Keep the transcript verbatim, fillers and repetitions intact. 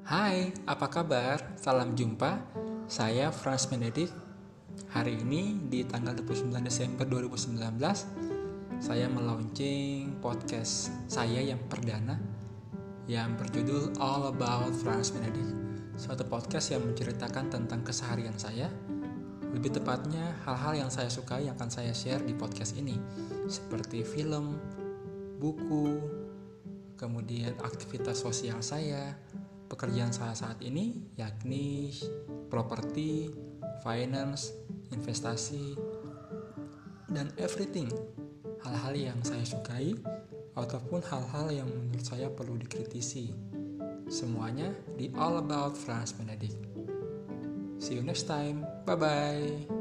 Hai, apa kabar? Salam jumpa. Saya Franz Benedict. Hari ini di tanggal dua puluh sembilan Desember dua ribu sembilan belas, saya melaunching podcast saya yang perdana yang berjudul All About Franz Benedict. Suatu podcast yang menceritakan tentang keseharian saya. Lebih tepatnya hal-hal yang saya sukai yang akan saya share di podcast ini, seperti film, buku, kemudian aktivitas sosial saya, pekerjaan saya saat ini, yakni properti, finance, investasi, dan everything. Hal-hal yang saya sukai ataupun hal-hal yang menurut saya perlu dikritisi. Semuanya di All About Franz Benedict. See you next time. Bye-bye.